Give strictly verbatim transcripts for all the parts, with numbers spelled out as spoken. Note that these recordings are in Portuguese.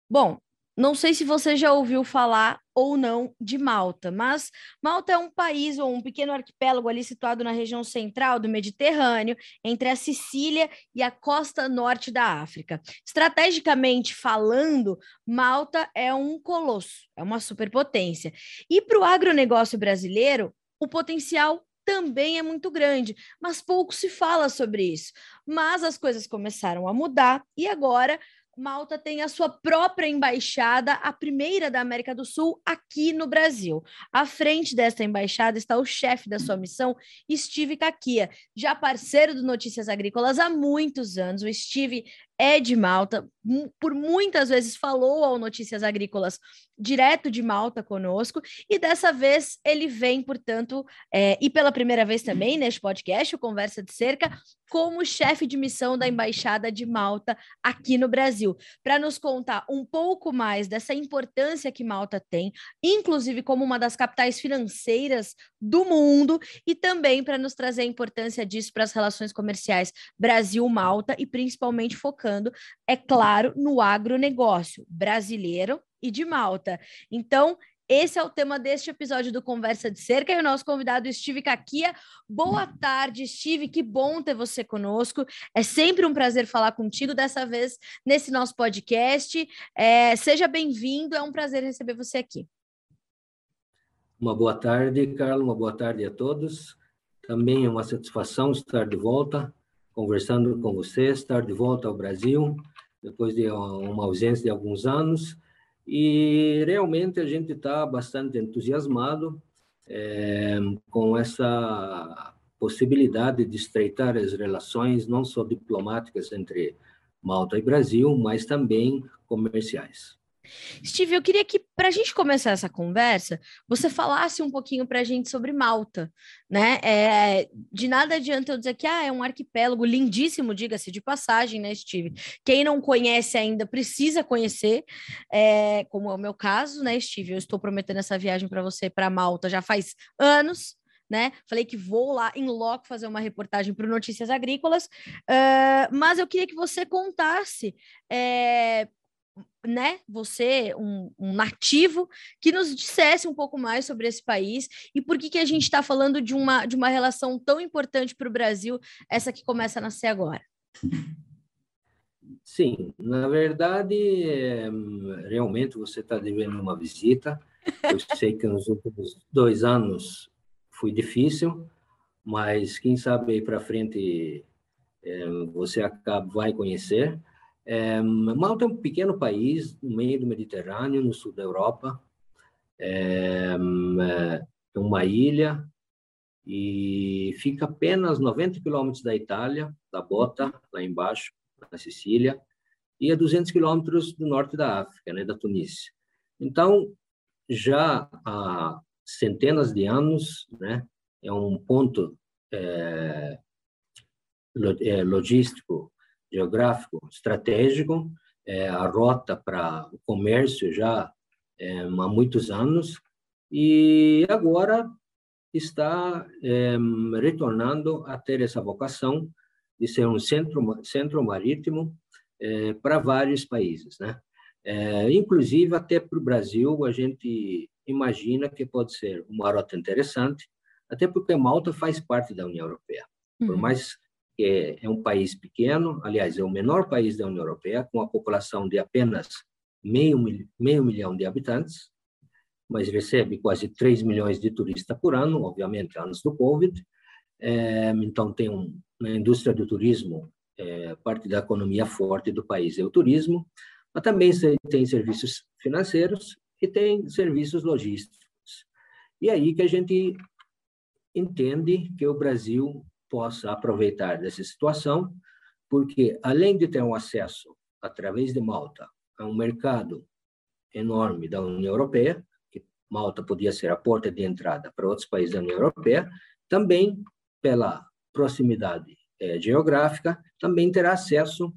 Bom, não sei se você já ouviu falar ou não de Malta, mas Malta é um país ou um pequeno arquipélago ali situado na região central do Mediterrâneo, entre a Sicília e a costa norte da África. Estrategicamente falando, Malta é um colosso, é uma superpotência. E para o agronegócio brasileiro, o potencial também é muito grande, mas pouco se fala sobre isso. Mas as coisas começaram a mudar e agora Malta tem a sua própria embaixada, a primeira da América do Sul, aqui no Brasil. À frente desta embaixada está o chefe da sua missão, Steve Caquia, já parceiro do Notícias Agrícolas há muitos anos. O Steve é de Malta, por muitas vezes falou ao Notícias Agrícolas direto de Malta conosco, e dessa vez ele vem, portanto, é, e pela primeira vez também neste podcast, o Conversa de Cerca, como chefe de missão da Embaixada de Malta aqui no Brasil, para nos contar um pouco mais dessa importância que Malta tem, inclusive como uma das capitais financeiras do mundo, e também para nos trazer a importância disso para as relações comerciais Brasil-Malta e principalmente focando, é claro, no agronegócio brasileiro e de Malta. Então, esse é o tema deste episódio do Conversa de Cerca e o nosso convidado Steve Caquia. Boa tarde, Steve, que bom ter você conosco. É sempre um prazer falar contigo, dessa vez nesse nosso podcast. É, seja bem-vindo, é um prazer receber você aqui. Uma boa tarde, Carla, uma boa tarde a todos. Também é uma satisfação estar de volta, conversando com você, estar de volta ao Brasil, depois de uma ausência de alguns anos. E realmente a gente está bastante entusiasmado é, com essa possibilidade de estreitar as relações, não só diplomáticas entre Malta e Brasil, mas também comerciais. Steve, eu queria que, para a gente começar essa conversa, você falasse um pouquinho para a gente sobre Malta, né? É, de nada adianta eu dizer que ah, é um arquipélago lindíssimo, diga-se de passagem, né, Steve? Quem não conhece ainda precisa conhecer, é, como é o meu caso, né, Steve? Eu estou prometendo essa viagem para você para Malta já faz anos. Né? Falei que vou lá em loco fazer uma reportagem para o Notícias Agrícolas, uh, mas eu queria que você contasse é, né, você, um, um nativo, que nos dissesse um pouco mais sobre esse país e por que, que a gente está falando de uma, de uma relação tão importante para o Brasil, essa que começa a nascer agora. Sim, na verdade, é, realmente você está devendo uma visita. Eu sei que nos últimos dois anos foi difícil, mas quem sabe aí para frente é, você acaba, vai conhecer. É, Malta é um pequeno país no meio do Mediterrâneo, no sul da Europa. É, é uma ilha e fica apenas noventa quilômetros da Itália, da Bota, lá embaixo, na Sicília, e a duzentos quilômetros do norte da África, né, da Tunísia. Então, já há centenas de anos, né, é um ponto é, logístico, geográfico, estratégico, é, a rota para o comércio já é, há muitos anos, e agora está é, retornando a ter essa vocação de ser um centro, centro marítimo é, para vários países, né? É, inclusive, até para o Brasil, a gente imagina que pode ser uma rota interessante, até porque Malta faz parte da União Europeia. Uhum. Por mais que é um país pequeno, aliás, é o menor país da União Europeia, com a população de apenas meio, meio milhão de habitantes, mas recebe quase três milhões de turistas por ano, obviamente, antes do Covid. É, então, tem um, na indústria do turismo, é, parte da economia forte do país é o turismo, mas também tem serviços financeiros e tem serviços logísticos. E aí que a gente entende que o Brasil possa aproveitar dessa situação, porque além de ter um acesso, através de Malta, a um mercado enorme da União Europeia, que Malta podia ser a porta de entrada para outros países da União Europeia, também pela proximidade é, geográfica, também terá acesso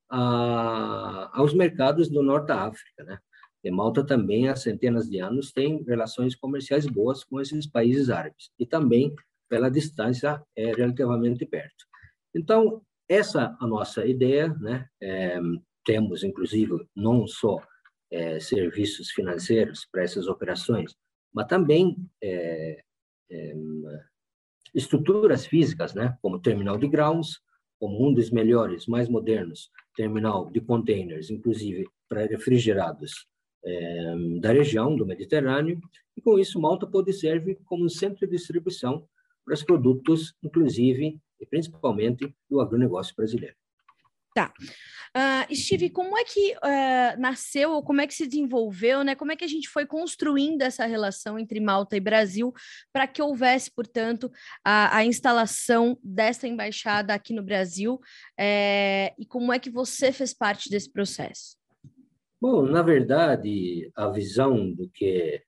a, aos mercados do Norte da África, né? E Malta também, há centenas de anos, tem relações comerciais boas com esses países árabes, e também, pela distância, é relativamente perto. Então, essa é a nossa ideia, né? É, temos, inclusive, não só é, serviços financeiros para essas operações, mas também é, é, estruturas físicas, né, como terminal de grãos, como um dos melhores, mais modernos, terminal de containers, inclusive para refrigerados é, da região do Mediterrâneo, e com isso Malta pode servir como um centro de distribuição para os produtos, inclusive e principalmente do agronegócio brasileiro. Tá. Uh, Steve, como é que uh, nasceu, ou como é que se desenvolveu, né? Como é que a gente foi construindo essa relação entre Malta e Brasil para que houvesse, portanto, a, a instalação dessa embaixada aqui no Brasil? É, e como é que você fez parte desse processo? Bom, na verdade, a visão do que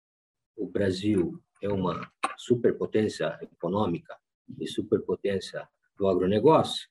o Brasil é uma superpotência econômica e superpotência do agronegócio,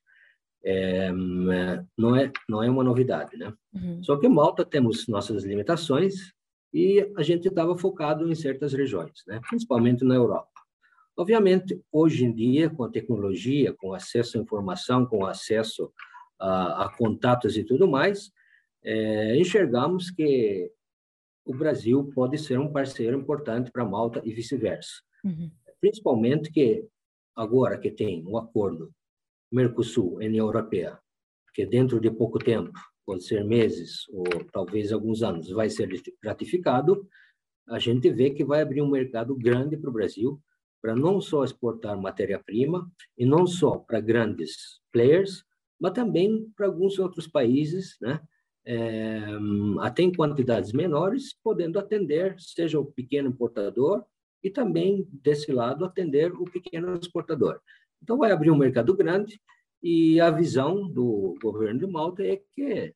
É, não é não é uma novidade, né? Uhum. Só que em Malta temos nossas limitações e a gente estava focado em certas regiões, né? Principalmente na Europa. Obviamente, hoje em dia, com a tecnologia, com acesso à informação, com acesso a, a contatos e tudo mais, é, enxergamos que o Brasil pode ser um parceiro importante para Malta e vice-versa. Uhum. Principalmente que agora que tem um acordo Mercosul, União Europeia, que dentro de pouco tempo, pode ser meses ou talvez alguns anos, vai ser ratificado, a gente vê que vai abrir um mercado grande para o Brasil, para não só exportar matéria-prima, e não só para grandes players, mas também para alguns outros países, né? É, até em quantidades menores, podendo atender, seja o pequeno importador, e também, desse lado, atender o pequeno exportador. Então, vai abrir um mercado grande e a visão do governo de Malta é que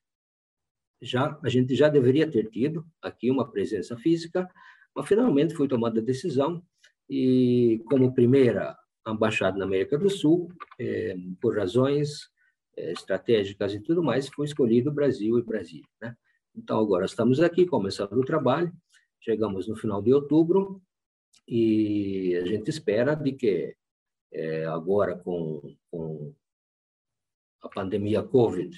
já, a gente já deveria ter tido aqui uma presença física, mas finalmente foi tomada a decisão e, como primeira embaixada na América do Sul, eh, por razões eh, estratégicas e tudo mais, foi escolhido Brasil e Brasília, né? Então, agora estamos aqui, começando o trabalho, chegamos no final de outubro e a gente espera de que É, agora com, com a pandemia Covid,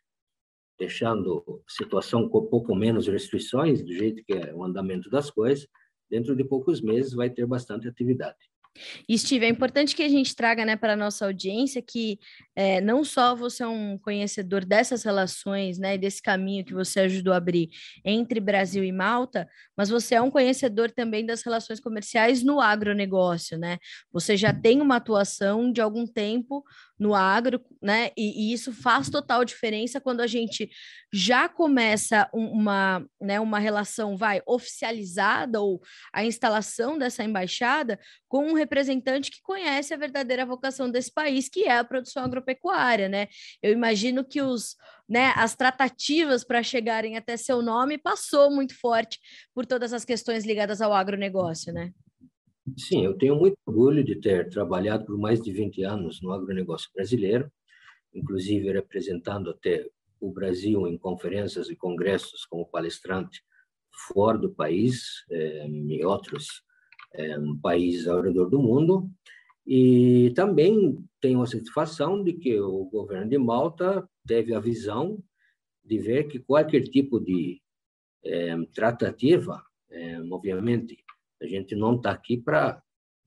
deixando a situação com pouco menos restrições, do jeito que é o andamento das coisas, dentro de poucos meses vai ter bastante atividade. E, Steve, é importante que a gente traga, né, para a nossa audiência que é, não só você é um conhecedor dessas relações, né, e desse caminho que você ajudou a abrir entre Brasil e Malta, mas você é um conhecedor também das relações comerciais no agronegócio, né? Você já tem uma atuação de algum tempo no agro, né? E, e isso faz total diferença quando a gente já começa um, uma, né, uma relação, vai, oficializada, ou a instalação dessa embaixada com um representante que conhece a verdadeira vocação desse país, que é a produção agropecuária, né? Eu imagino que os, né, as tratativas para chegarem até seu nome passou muito forte por todas as questões ligadas ao agronegócio, né? Sim, eu tenho muito orgulho de ter trabalhado por mais de vinte anos no agronegócio brasileiro, inclusive representando até o Brasil em conferências e congressos como palestrante fora do país, eh, em outros eh, países ao redor do mundo. E também tenho a satisfação de que o governo de Malta teve a visão de ver que qualquer tipo de eh, tratativa, eh, obviamente, a gente não está aqui para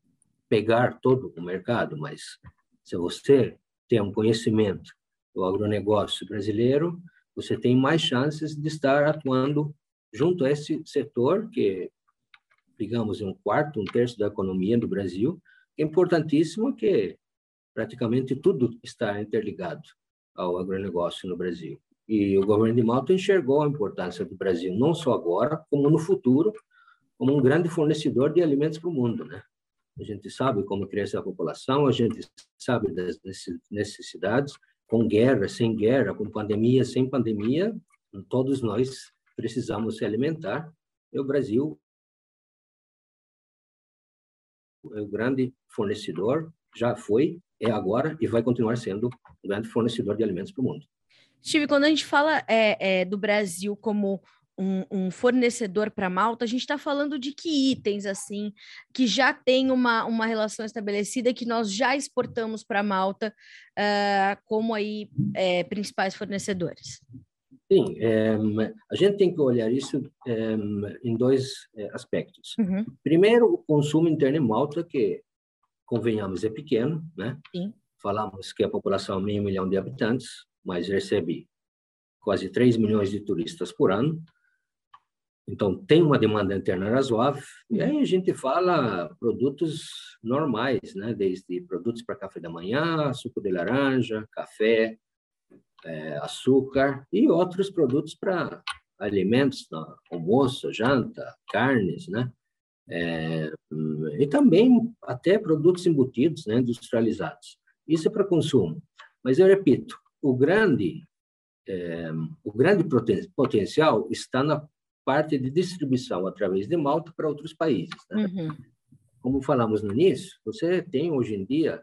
pegar todo o mercado, mas se você tem um conhecimento do agronegócio brasileiro, você tem mais chances de estar atuando junto a esse setor, que, digamos, é um quarto, um terço da economia do Brasil, é importantíssimo, que praticamente tudo está interligado ao agronegócio no Brasil. E o governo de Malta enxergou a importância do Brasil, não só agora, como no futuro, como um grande fornecedor de alimentos para o mundo, né? A gente sabe como cresce a população, a gente sabe das necessidades, com guerra, sem guerra, com pandemia, sem pandemia, todos nós precisamos se alimentar, e o Brasil é o grande fornecedor, já foi, é agora e vai continuar sendo um grande fornecedor de alimentos para o mundo. Steve, quando a gente fala é, é, do Brasil como um, um fornecedor para Malta, a gente está falando de que itens, assim, que já tem uma, uma relação estabelecida, que nós já exportamos para Malta uh, como aí é, principais fornecedores? Sim, é, a gente tem que olhar isso é, em dois é, aspectos. Uhum. Primeiro, o consumo interno em Malta, que, convenhamos, é pequeno, né? Sim. Falamos que a população é meio milhão de habitantes, mas recebe quase três milhões de turistas por ano. Então, tem uma demanda interna razoável. E aí a gente fala produtos normais, né? Desde produtos para café da manhã, suco de laranja, café, é, açúcar e outros produtos para alimentos, né? Almoço, janta, carnes, né? É, e também até produtos embutidos, né? Industrializados. Isso é para consumo. Mas eu repito, o grande, é, o grande poten potencial está na parte de distribuição através de Malta para outros países, né? Uhum. Como falamos no início, você tem hoje em dia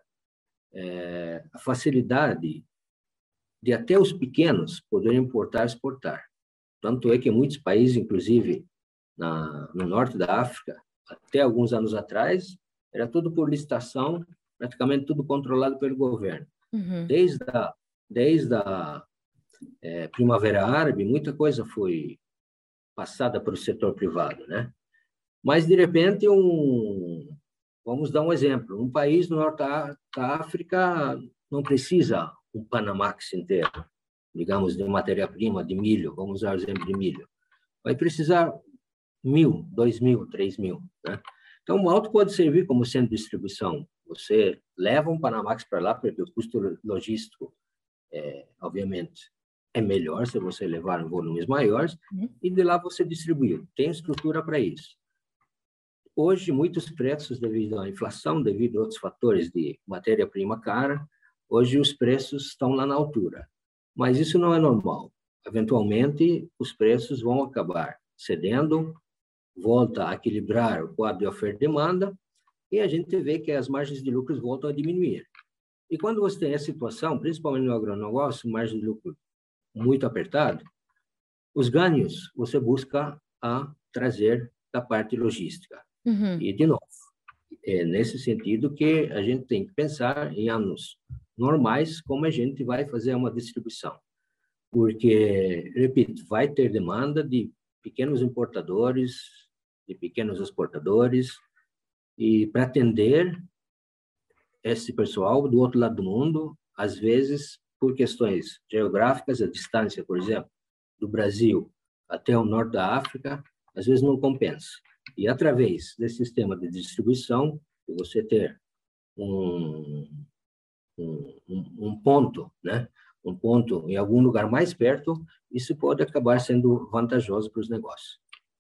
é, a facilidade de até os pequenos poderem importar e exportar. Tanto é que muitos países, inclusive na, no norte da África, até alguns anos atrás, era tudo por licitação, praticamente tudo controlado pelo governo. Uhum. Desde a, desde a é, Primavera Árabe, muita coisa foi passada para o setor privado, né? Mas, de repente, um, vamos dar um exemplo. Um país no norte da África não precisa um Panamax inteiro, digamos, de matéria-prima, de milho. Vamos usar o exemplo de milho. Vai precisar mil, dois mil, três mil, né? Então, o Malta pode servir como centro de distribuição. Você leva um Panamax para lá, porque o custo logístico, é, obviamente, é melhor se você levar em volumes maiores, Uhum. e de lá você distribui. Tem estrutura para isso. Hoje, muitos preços, devido à inflação, devido a outros fatores de matéria-prima cara, hoje os preços estão lá na altura. Mas isso não é normal. Eventualmente, os preços vão acabar cedendo, volta a equilibrar o quadro de oferta e demanda, e a gente vê que as margens de lucros voltam a diminuir. E quando você tem essa situação, principalmente no agronegócio, margem de lucro muito apertado, os ganhos você busca a trazer da parte logística. Uhum. E, de novo, é nesse sentido que a gente tem que pensar em anos normais, como a gente vai fazer uma distribuição. Porque, repito, vai ter demanda de pequenos importadores, de pequenos exportadores, e para atender esse pessoal do outro lado do mundo, às vezes, por questões geográficas, a distância, por exemplo, do Brasil até o norte da África, às vezes não compensa. E através desse sistema de distribuição, você ter um, um, um ponto, né? um ponto em algum lugar mais perto, isso pode acabar sendo vantajoso para os negócios.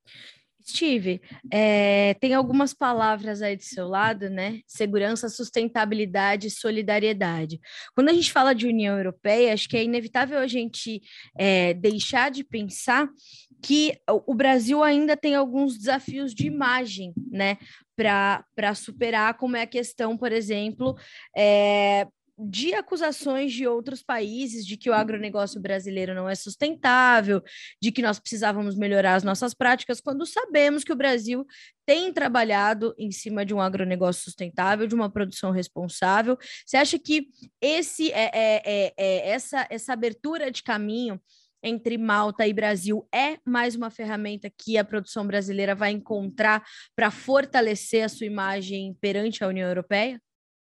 Steve, é, tem algumas palavras aí do seu lado, né? Segurança, sustentabilidade e solidariedade. Quando a gente fala de União Europeia, acho que é inevitável a gente é, deixar de pensar que o Brasil ainda tem alguns desafios de imagem, né? Para superar, como é a questão, por exemplo, é, de acusações de outros países de que o agronegócio brasileiro não é sustentável, de que nós precisávamos melhorar as nossas práticas, quando sabemos que o Brasil tem trabalhado em cima de um agronegócio sustentável, de uma produção responsável. Você acha que esse é, é, é, é essa, essa abertura de caminho entre Malta e Brasil é mais uma ferramenta que a produção brasileira vai encontrar para fortalecer a sua imagem perante a União Europeia?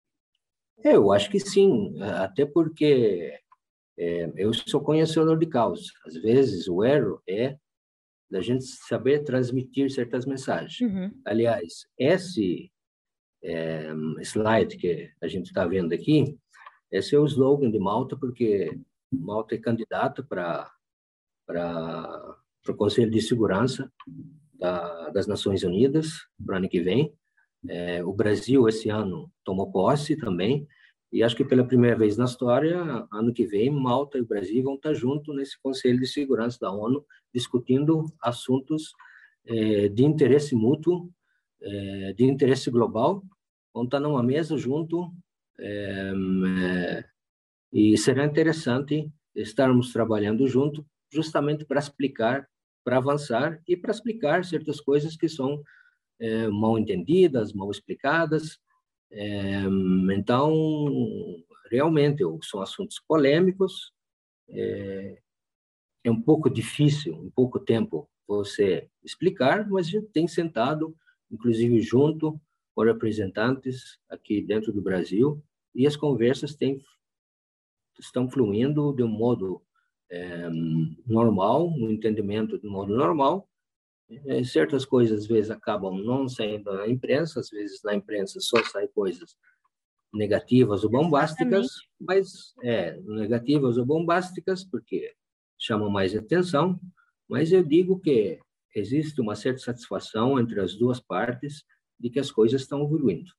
Eu acho que sim, até porque é, eu sou conhecedor de causa. Às vezes, o erro é da gente saber transmitir certas mensagens. Uhum. Aliás, esse é, slide que a gente está vendo aqui, esse é o slogan de Malta, porque Malta é candidata para para o Conselho de Segurança da, das Nações Unidas para o ano que vem. É, o Brasil, esse ano, tomou posse também, e acho que pela primeira vez na história, ano que vem, Malta e o Brasil vão estar juntos nesse Conselho de Segurança da ONU, discutindo assuntos é, de interesse mútuo, é, de interesse global, vão estar numa mesa junto, é, é, e será interessante estarmos trabalhando junto, justamente para explicar, para avançar e para explicar certas coisas que são é, mal entendidas, mal explicadas. É, então, realmente, são assuntos polêmicos, é, é um pouco difícil, um pouco tempo você explicar, mas a gente tem sentado, inclusive junto com representantes aqui dentro do Brasil, e as conversas têm, estão fluindo de um modo é, normal, um entendimento de um modo normal. É, certas coisas, às vezes, acabam não saindo na imprensa, às vezes na imprensa só saem coisas negativas ou bombásticas, Exatamente. mas é, negativas ou bombásticas, porque chamam mais atenção, mas eu digo que existe uma certa satisfação entre as duas partes de que as coisas estão evoluindo.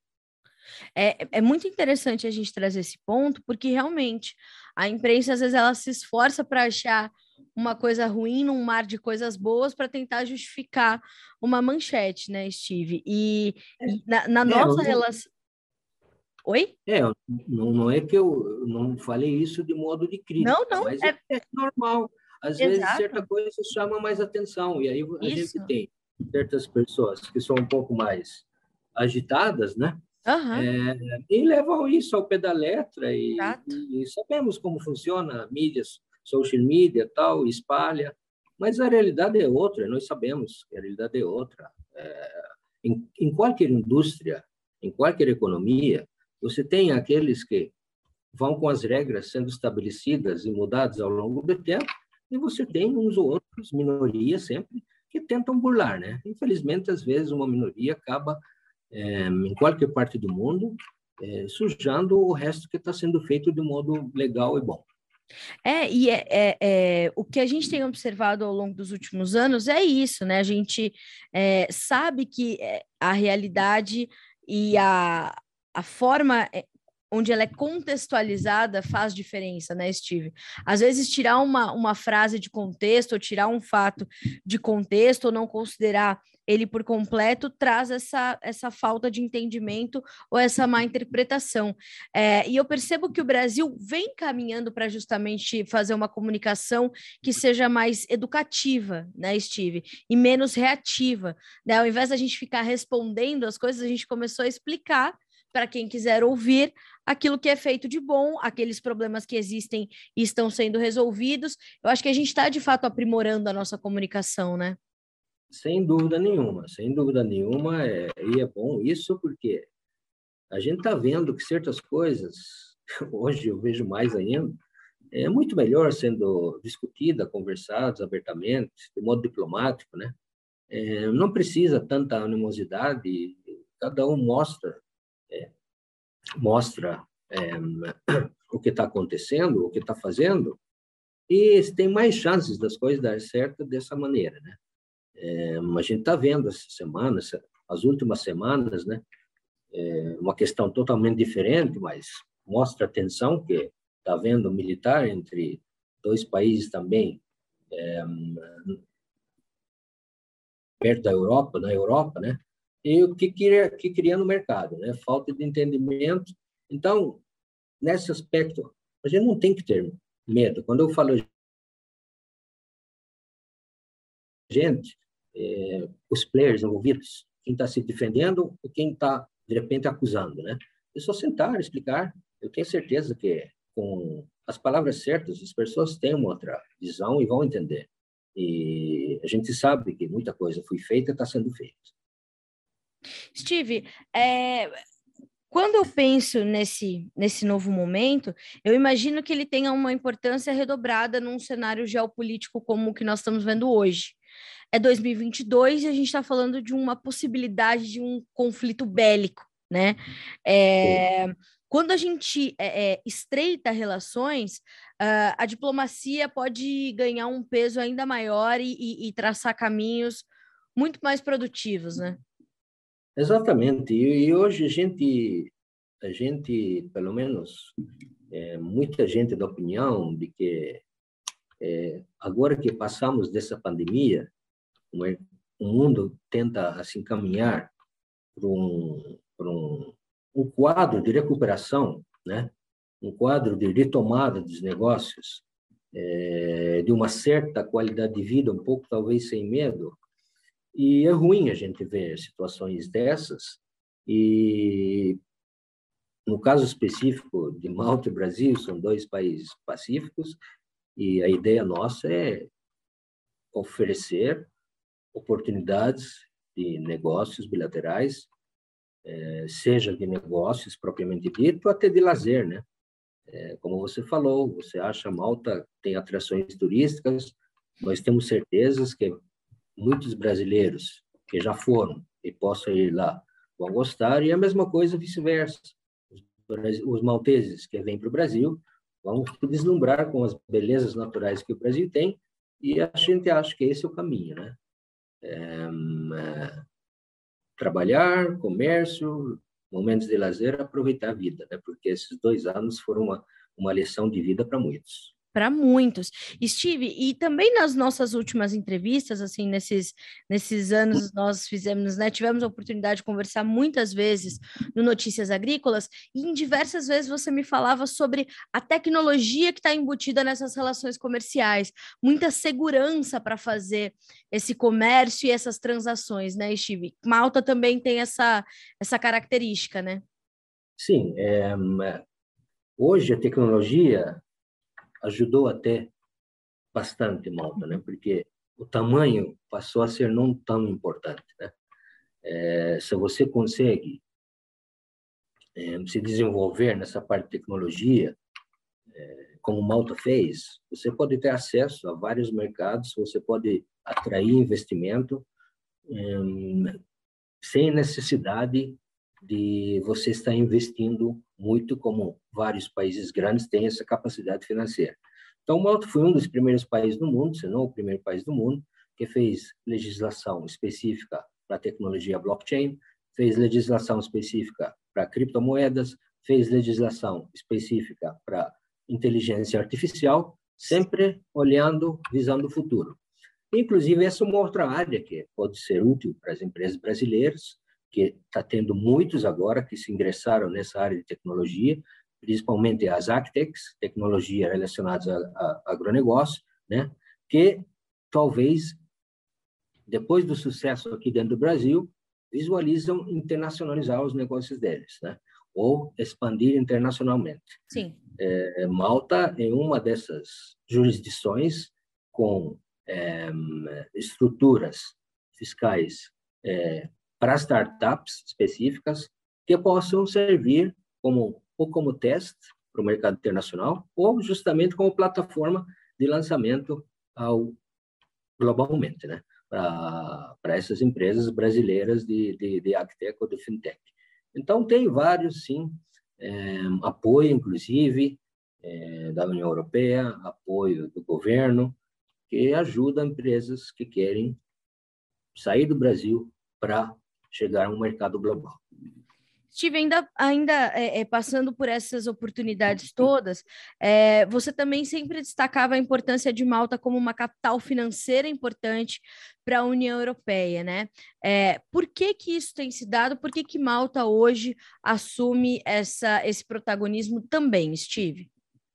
É, é muito interessante a gente trazer esse ponto, porque realmente a imprensa, às vezes, ela se esforça para achar uma coisa ruim num mar de coisas boas para tentar justificar uma manchete, né, Steve? E, e na, na É, eu nossa não, relação. Oi? é, não, não é que eu não falei isso de modo de Não, crítica, não, mas é, é é normal. Às vezes, certa exato. coisa chama mais atenção, e aí a gente isso. tem certas pessoas que são um pouco mais agitadas, né? Aham, É, e levam isso ao pé da letra, e, exato. e sabemos como funciona a mídia, social media, tal, espalha, mas a realidade é outra, nós sabemos que a realidade é outra. É, em, em qualquer indústria, em qualquer economia, você tem aqueles que vão com as regras sendo estabelecidas e mudadas ao longo do tempo, e você tem uns ou outros, minorias sempre, que tentam burlar, né? Infelizmente, às vezes, uma minoria acaba, é, em qualquer parte do mundo, é, sujando o resto que está sendo feito de modo legal e bom. É, e é, é, é, o que a gente tem observado ao longo dos últimos anos é isso, né? A gente é, sabe que é, a realidade e a, a forma é, onde ela é contextualizada faz diferença, né, Steve? Às vezes, tirar uma, uma frase de contexto, ou tirar um fato de contexto, ou não considerar ele por completo, traz essa, essa falta de entendimento ou essa má interpretação. É, e eu percebo que o Brasil vem caminhando para justamente fazer uma comunicação que seja mais educativa, né, Steve? E menos reativa. Né? Ao invés da gente ficar respondendo as coisas, a gente começou a explicar para quem quiser ouvir aquilo que é feito de bom, aqueles problemas que existem e estão sendo resolvidos. Eu acho que a gente está, de fato, aprimorando a nossa comunicação, né? Sem dúvida nenhuma, sem dúvida nenhuma, é, e é bom isso porque a gente está vendo que certas coisas, hoje eu vejo mais ainda, é muito melhor sendo discutida, conversadas abertamente, de modo diplomático, né? É, não precisa tanta animosidade, cada um mostra, é, mostra é, o que está acontecendo, o que está fazendo, e tem mais chances das coisas dar certo dessa maneira, né? É, a gente está vendo essa semana, as últimas semanas, né? É uma questão totalmente diferente, mas mostra a tensão que está havendo militar entre dois países também é, perto da Europa, na Europa, né? E o que cria, que cria no mercado, né? Falta de entendimento. Então, nesse aspecto, a gente não tem que ter medo. Quando eu falo gente, é, os players envolvidos, quem está se defendendo e quem está, de repente, acusando, né? É só sentar, explicar. Eu tenho certeza que, com as palavras certas, as pessoas têm uma outra visão e vão entender. E a gente sabe que muita coisa foi feita e está sendo feita. Steve, é, quando eu penso nesse, nesse novo momento, eu imagino que ele tenha uma importância redobrada num cenário geopolítico como o que nós estamos vendo hoje. É dois mil e vinte e dois e a gente está falando de uma possibilidade de um conflito bélico, né? Sim. É, quando a gente é, é, estreita relações, uh, a diplomacia pode ganhar um peso ainda maior e, e, e traçar caminhos muito mais produtivos, né? Exatamente. E, e hoje a gente, a gente, pelo menos, é, muita gente da opinião de que é, agora que passamos dessa pandemia, o mundo tenta se encaminhar para um, para um, um quadro de recuperação, né? Um quadro de retomada dos negócios, é, de uma certa qualidade de vida, um pouco talvez sem medo. E é ruim a gente ver situações dessas. E no caso específico de Malta e Brasil, são dois países pacíficos, E a ideia nossa é oferecer oportunidades de negócios bilaterais, eh, seja de negócios propriamente dito, até de lazer, né? É, como você falou, você acha Malta tem atrações turísticas, nós temos certezas que muitos brasileiros que já foram e possam ir lá vão gostar, e a mesma coisa vice-versa. Os, os malteses que vêm para o Brasil vão se deslumbrar com as belezas naturais que o Brasil tem, e a gente acha que esse é o caminho, né? É, é, trabalhar, comércio, momentos de lazer, aproveitar a vida, né? Porque esses dois anos foram uma, uma lição de vida para muitos. Para muitos. Steve, e também nas nossas últimas entrevistas, assim, nesses, nesses anos nós fizemos, né, tivemos a oportunidade de conversar muitas vezes no Notícias Agrícolas, e em diversas vezes você me falava sobre a tecnologia que está embutida nessas relações comerciais, muita segurança para fazer esse comércio e essas transações, né, Steve? Malta também tem essa, essa característica, né? Sim, é, hoje a tecnologia ajudou até bastante Malta, né? Porque o tamanho passou a ser não tão importante, né? É, se você consegue é, se desenvolver nessa parte de tecnologia, é, como Malta fez, você pode ter acesso a vários mercados, você pode atrair investimento é, sem necessidade de você estar investindo muito, como vários países grandes têm essa capacidade financeira. Então, Malta foi um dos primeiros países do mundo, se não o primeiro país do mundo, que fez legislação específica para a tecnologia blockchain, fez legislação específica para criptomoedas, fez legislação específica para inteligência artificial, sempre olhando, visando o futuro. Inclusive, essa é uma outra área que pode ser útil para as empresas brasileiras, que está tendo muitos agora que se ingressaram nessa área de tecnologia, principalmente as agtechs, tecnologia relacionadas a, a, a agronegócio, né? Que talvez, depois do sucesso aqui dentro do Brasil, visualizam internacionalizar os negócios deles, né? Ou expandir internacionalmente. Sim. É, Malta é uma dessas jurisdições com é, estruturas fiscais é, para startups específicas que possam servir como ou como teste para o mercado internacional ou justamente como plataforma de lançamento ao, globalmente, né? Para para essas empresas brasileiras de, de, de agtech ou de fintech. Então, tem vários, sim, é, apoio, inclusive, é, da União Europeia, apoio do governo, que ajuda empresas que querem sair do Brasil para chegar a um mercado global. Steve, ainda, ainda é, é, passando por essas oportunidades todas, é, você também sempre destacava a importância de Malta como uma capital financeira importante para a União Europeia, né? É, por que que isso tem se dado? Por que que Malta hoje assume essa, esse protagonismo também, Steve?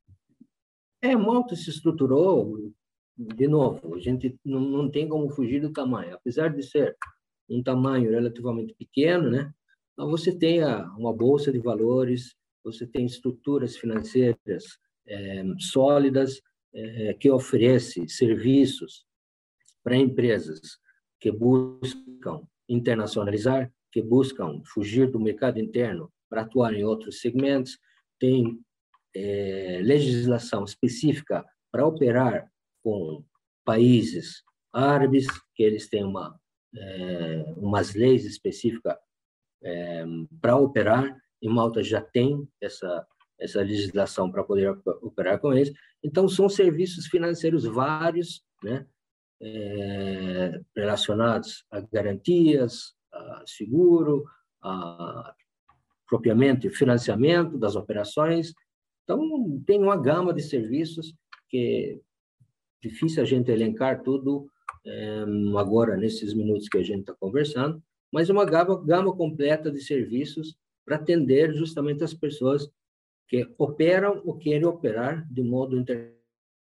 É, Malta se estruturou, de novo, a gente não, não tem como fugir do tamanho. Apesar de ser um tamanho relativamente pequeno, né? Então, você tem uma bolsa de valores, você tem estruturas financeiras é, sólidas, é, que oferece serviços para empresas que buscam internacionalizar, que buscam fugir do mercado interno para atuar em outros segmentos, tem é, legislação específica para operar com países árabes, que eles têm uma, é, umas leis específicas é, para operar, e Malta já tem essa, essa legislação para poder operar com eles. Então, são serviços financeiros vários, né? É, relacionados a garantias, a seguro, a propriamente financiamento das operações. Então, tem uma gama de serviços que é difícil a gente elencar tudo é, agora, nesses minutos que a gente está conversando, mas uma gama, gama completa de serviços para atender justamente as pessoas que operam ou querem operar de modo internacional.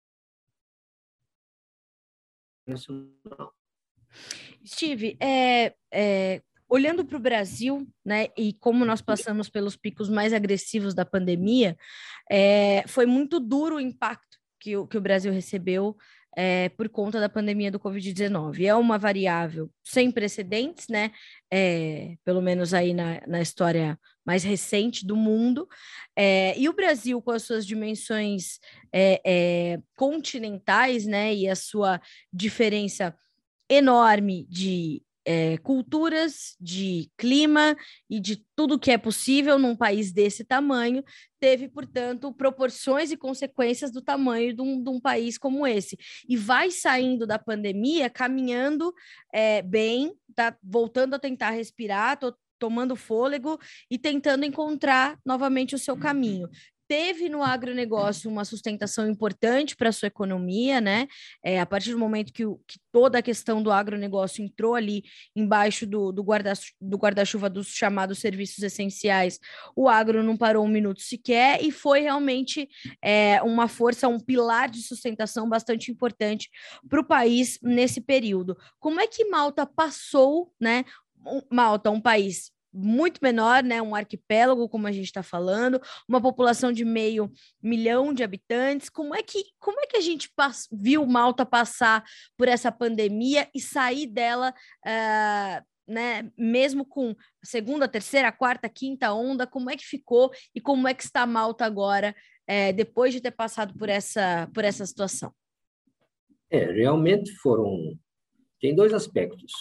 Steve, é, é, olhando para o Brasil, né, e como nós passamos pelos picos mais agressivos da pandemia, é, foi muito duro o impacto que o, que o Brasil recebeu é, por conta da pandemia do covid dezenove. É uma variável sem precedentes, né? É, pelo menos aí na, na história mais recente do mundo. É, e o Brasil, com as suas dimensões é, é, continentais, né? E a sua diferença enorme de é, culturas, de clima e de tudo que é possível num país desse tamanho, teve, portanto, proporções e consequências do tamanho de um, de um país como esse. E vai saindo da pandemia caminhando é, bem, tá voltando a tentar respirar, tô tomando fôlego e tentando encontrar novamente o seu caminho. Teve no agronegócio uma sustentação importante para a sua economia, né? É, a partir do momento que, o, que toda a questão do agronegócio entrou ali embaixo do, do guarda, do guarda-chuva dos chamados serviços essenciais, o agro não parou um minuto sequer e foi realmente é, uma força, um pilar de sustentação bastante importante para o país nesse período. Como é que Malta passou, né? Malta, um país muito menor, né, um arquipélago, como a gente está falando, uma população de meio milhão de habitantes. Como é que, como é que a gente pass- viu Malta passar por essa pandemia e sair dela, uh, né, mesmo com segunda, terceira, quarta, quinta onda? Como é que ficou e como é que está Malta agora, uh, depois de ter passado por essa, por essa situação? É, realmente foram... Tem dois aspectos.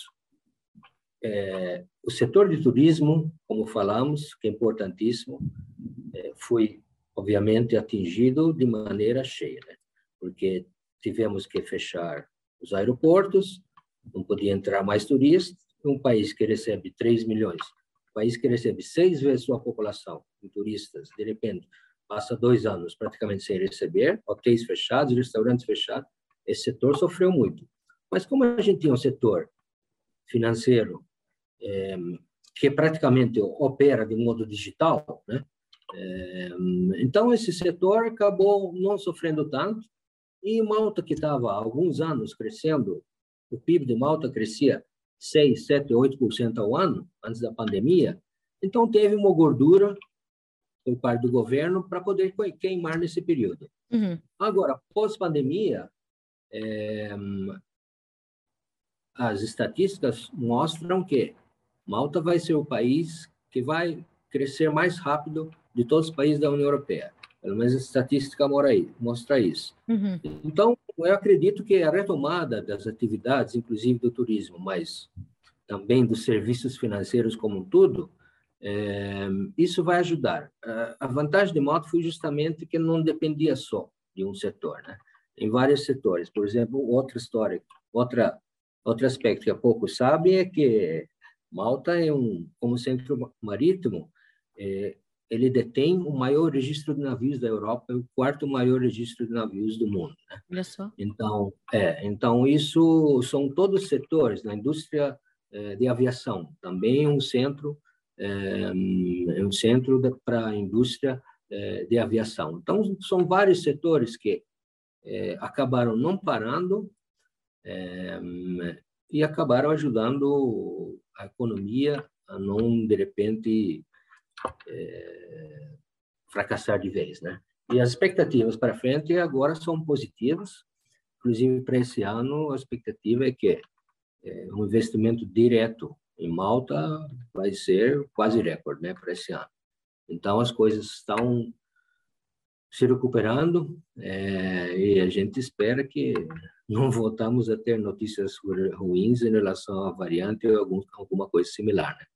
É, o setor de turismo, como falamos, que é importantíssimo, é, foi, obviamente, atingido de maneira cheia, né? Porque tivemos que fechar os aeroportos, não podia entrar mais turistas. Um país que recebe três milhões, um país que recebe seis vezes sua população em turistas, de repente, passa dois anos praticamente sem receber, hotéis fechados, restaurantes fechados, esse setor sofreu muito. Mas como a gente tinha um setor financeiro é, que praticamente opera de modo digital, né? É, então, esse setor acabou não sofrendo tanto, e Malta, que estava há alguns anos crescendo, o P I B de Malta crescia seis, sete, oito por cento ao ano, antes da pandemia, então teve uma gordura por parte do governo para poder queimar nesse período. Uhum. Agora, pós-pandemia, é, as estatísticas mostram que Malta vai ser o país que vai crescer mais rápido de todos os países da União Europeia. Pelo menos a estatística mostra isso. Uhum. Então, eu acredito que a retomada das atividades, inclusive do turismo, mas também dos serviços financeiros como um todo, é, isso vai ajudar. A vantagem de Malta foi justamente que não dependia só de um setor, né? Em vários setores. Por exemplo, outra história, outra, outro aspecto que a pouco sabe é que Malta é um, como centro marítimo, é, ele detém o maior registro de navios da Europa e o quarto maior registro de navios do mundo, né? Olha só. Então, é, então isso são todos setores na indústria é, de aviação, também um centro, é, um centro para a indústria é, de aviação. Então, são vários setores que é, acabaram não parando é, e acabaram ajudando a economia a não, de repente, é, fracassar de vez, né? E as expectativas para frente agora são positivas, inclusive para esse ano a expectativa é que é, um investimento direto em Malta vai ser quase recorde, né, para esse ano. Então as coisas estão se recuperando é, e a gente espera que não voltamos a ter notícias ruins em relação à variante ou algum, alguma coisa similar, né?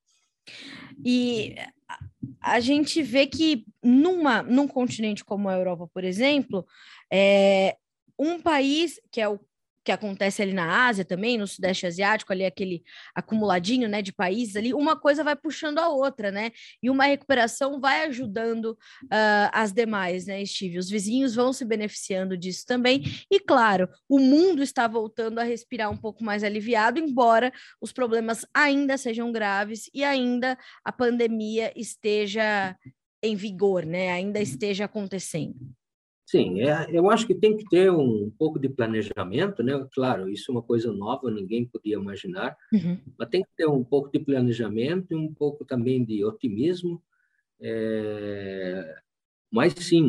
E a gente vê que numa, num continente como a Europa, por exemplo, é, um país que é o que acontece ali na Ásia também, no Sudeste Asiático, ali aquele acumuladinho, né, de países ali, uma coisa vai puxando a outra, né, e uma recuperação vai ajudando uh, as demais, né, Steve? Os vizinhos vão se beneficiando disso também, e claro, o mundo está voltando a respirar um pouco mais aliviado, embora os problemas ainda sejam graves e ainda a pandemia esteja em vigor, né, ainda esteja acontecendo. Sim, é, eu acho que tem que ter um pouco de planejamento, né? Claro, isso é uma coisa nova, ninguém podia imaginar, Uhum. mas tem que ter um pouco de planejamento e um pouco também de otimismo. É, mas sim,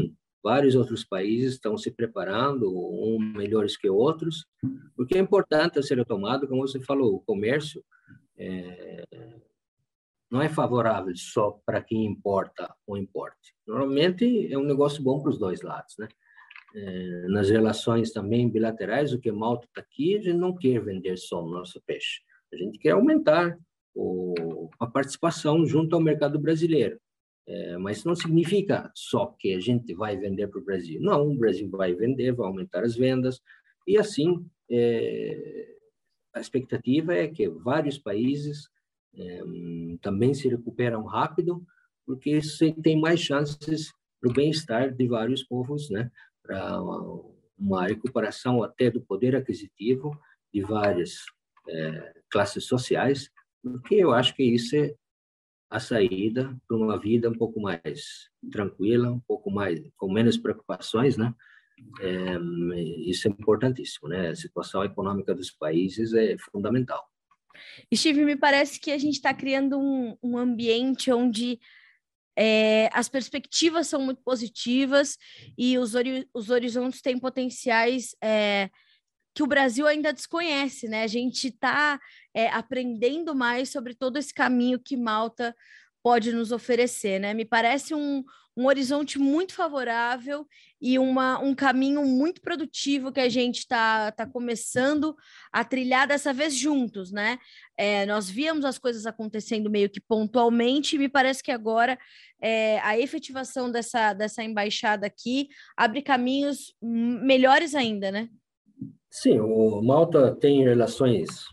vários outros países estão se preparando, uns melhores que outros, porque é importante ser retomado, como você falou, o comércio é, não é favorável só para quem importa ou importe. Normalmente é um negócio bom para os dois lados, né? É, nas relações também bilaterais, o que Malta está aqui, a gente não quer vender só o nosso peixe. A gente quer aumentar o, a participação junto ao mercado brasileiro. É, mas não significa só que a gente vai vender para o Brasil. Não, o Brasil vai vender, vai aumentar as vendas, e assim, é, a expectativa é que vários países é, também se recuperam rápido, porque isso tem mais chances para o bem-estar de vários povos, né? Para uma recuperação até do poder aquisitivo de várias é, classes sociais, porque eu acho que isso é a saída para uma vida um pouco mais tranquila, um pouco mais com menos preocupações, né? É, isso é importantíssimo, né? A situação econômica dos países é fundamental. Steve, me parece que a gente está criando um, um ambiente onde é, as perspectivas são muito positivas e os, ori os horizontes têm potenciais é, que o Brasil ainda desconhece, né? A gente está é, aprendendo mais sobre todo esse caminho que Malta pode nos oferecer, né? Me parece um, um horizonte muito favorável e uma, um caminho muito produtivo que a gente está tá começando a trilhar dessa vez juntos, né? É, nós víamos as coisas acontecendo meio que pontualmente e me parece que agora é, a efetivação dessa, dessa embaixada aqui abre caminhos melhores ainda, né? Sim, o Malta tem relações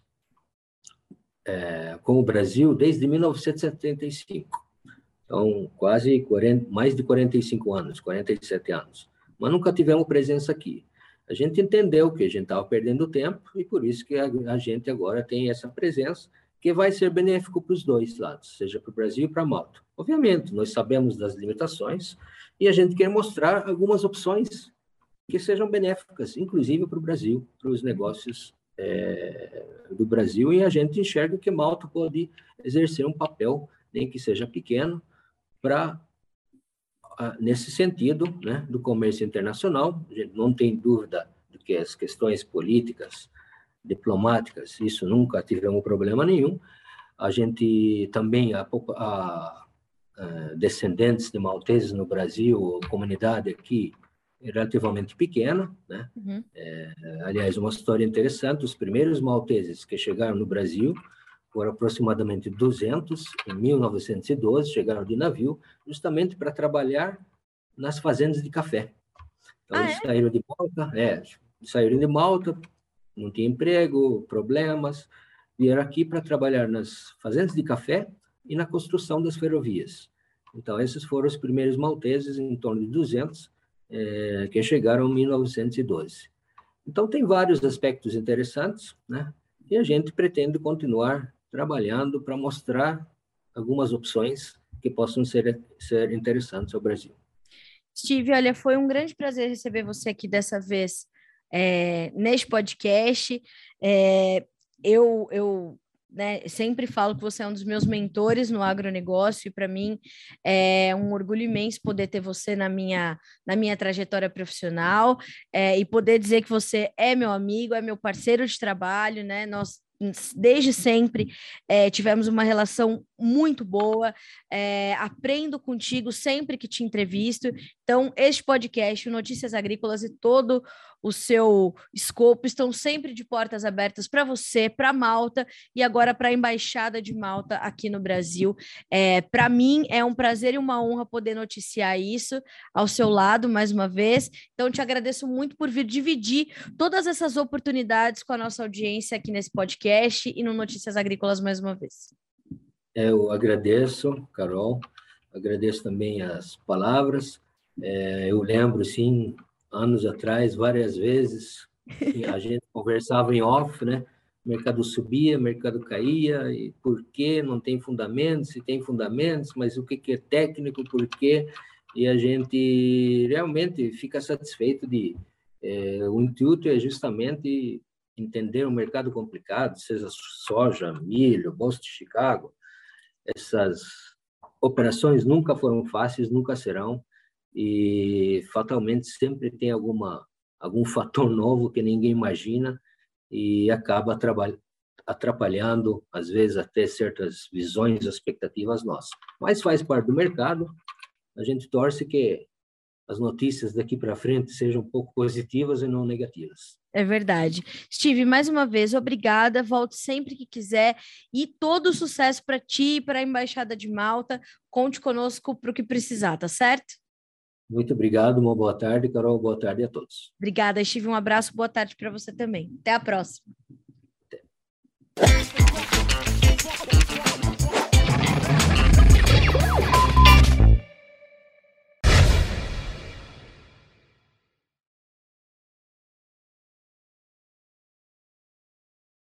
é, com o Brasil desde mil novecentos e setenta e cinco. Então, quase quarenta, mais de quarenta e cinco anos, quarenta e sete anos. Mas nunca tivemos presença aqui. A gente entendeu que a gente estava perdendo tempo e por isso que a, a gente agora tem essa presença que vai ser benéfico para os dois lados, seja para o Brasil e para a Malta. Obviamente, nós sabemos das limitações e a gente quer mostrar algumas opções que sejam benéficas, inclusive para o Brasil, para os negócios é, do Brasil, e a gente enxerga que Malta pode exercer um papel, nem que seja pequeno, para nesse sentido, né, do comércio internacional. A gente não tem dúvida de que as questões políticas, diplomáticas, isso nunca tivemos problema nenhum. A gente também, a, a, a descendentes de malteses no Brasil, a comunidade aqui é relativamente pequena, né? Uhum. É, aliás, uma história interessante, os primeiros malteses que chegaram no Brasil foram aproximadamente duzentos, em mil novecentos e doze, chegaram de navio, justamente para trabalhar nas fazendas de café. Então, ah, eles é? saíram de Malta, é, saíram de Malta, não tinha emprego, problemas, vieram aqui para trabalhar nas fazendas de café e na construção das ferrovias. Então, esses foram os primeiros malteses, em torno de duzentos, é, que chegaram em mil novecentos e doze. Então, tem vários aspectos interessantes, né? E a gente pretende continuar trabalhando para mostrar algumas opções que possam ser, ser interessantes ao Brasil. Steve, olha, foi um grande prazer receber você aqui dessa vez é, neste podcast. É, eu, eu né, sempre falo que você é um dos meus mentores no agronegócio e para mim é um orgulho imenso poder ter você na minha, na minha trajetória profissional é, e poder dizer que você é meu amigo, é meu parceiro de trabalho, né? Nós desde sempre é, tivemos uma relação muito boa, é, aprendo contigo sempre que te entrevisto. Então, este podcast, o Notícias Agrícolas e todo o seu escopo estão sempre de portas abertas para você, para Malta e agora para a Embaixada de Malta aqui no Brasil. É, para mim é um prazer e uma honra poder noticiar isso ao seu lado mais uma vez. Então, te agradeço muito por vir dividir todas essas oportunidades com a nossa audiência aqui nesse podcast e no Notícias Agrícolas mais uma vez. Eu agradeço, Carol, agradeço também as palavras. É, eu lembro, sim, anos atrás, várias vezes, a gente conversava em off, né? O mercado subia, o mercado caía, e por quê? Não tem fundamentos, se tem fundamentos, mas o que, que é técnico, por quê? E a gente realmente fica satisfeito de... É, o intuito é justamente entender um mercado complicado, seja soja, milho, Bolsa de Chicago. Essas operações nunca foram fáceis, nunca serão, e fatalmente sempre tem alguma, algum fator novo que ninguém imagina e acaba atrapalhando, às vezes, até certas visões, expectativas nossas. Mas faz parte do mercado, a gente torce que as notícias daqui para frente sejam um pouco positivas e não negativas. É verdade. Steve, mais uma vez, obrigada. Volte sempre que quiser e todo sucesso para ti e para a Embaixada de Malta. Conte conosco para o que precisar, tá certo? Muito obrigado, uma boa tarde, Carol. Boa tarde a todos. Obrigada, Steve. Um abraço, boa tarde para você também. Até a próxima. Até.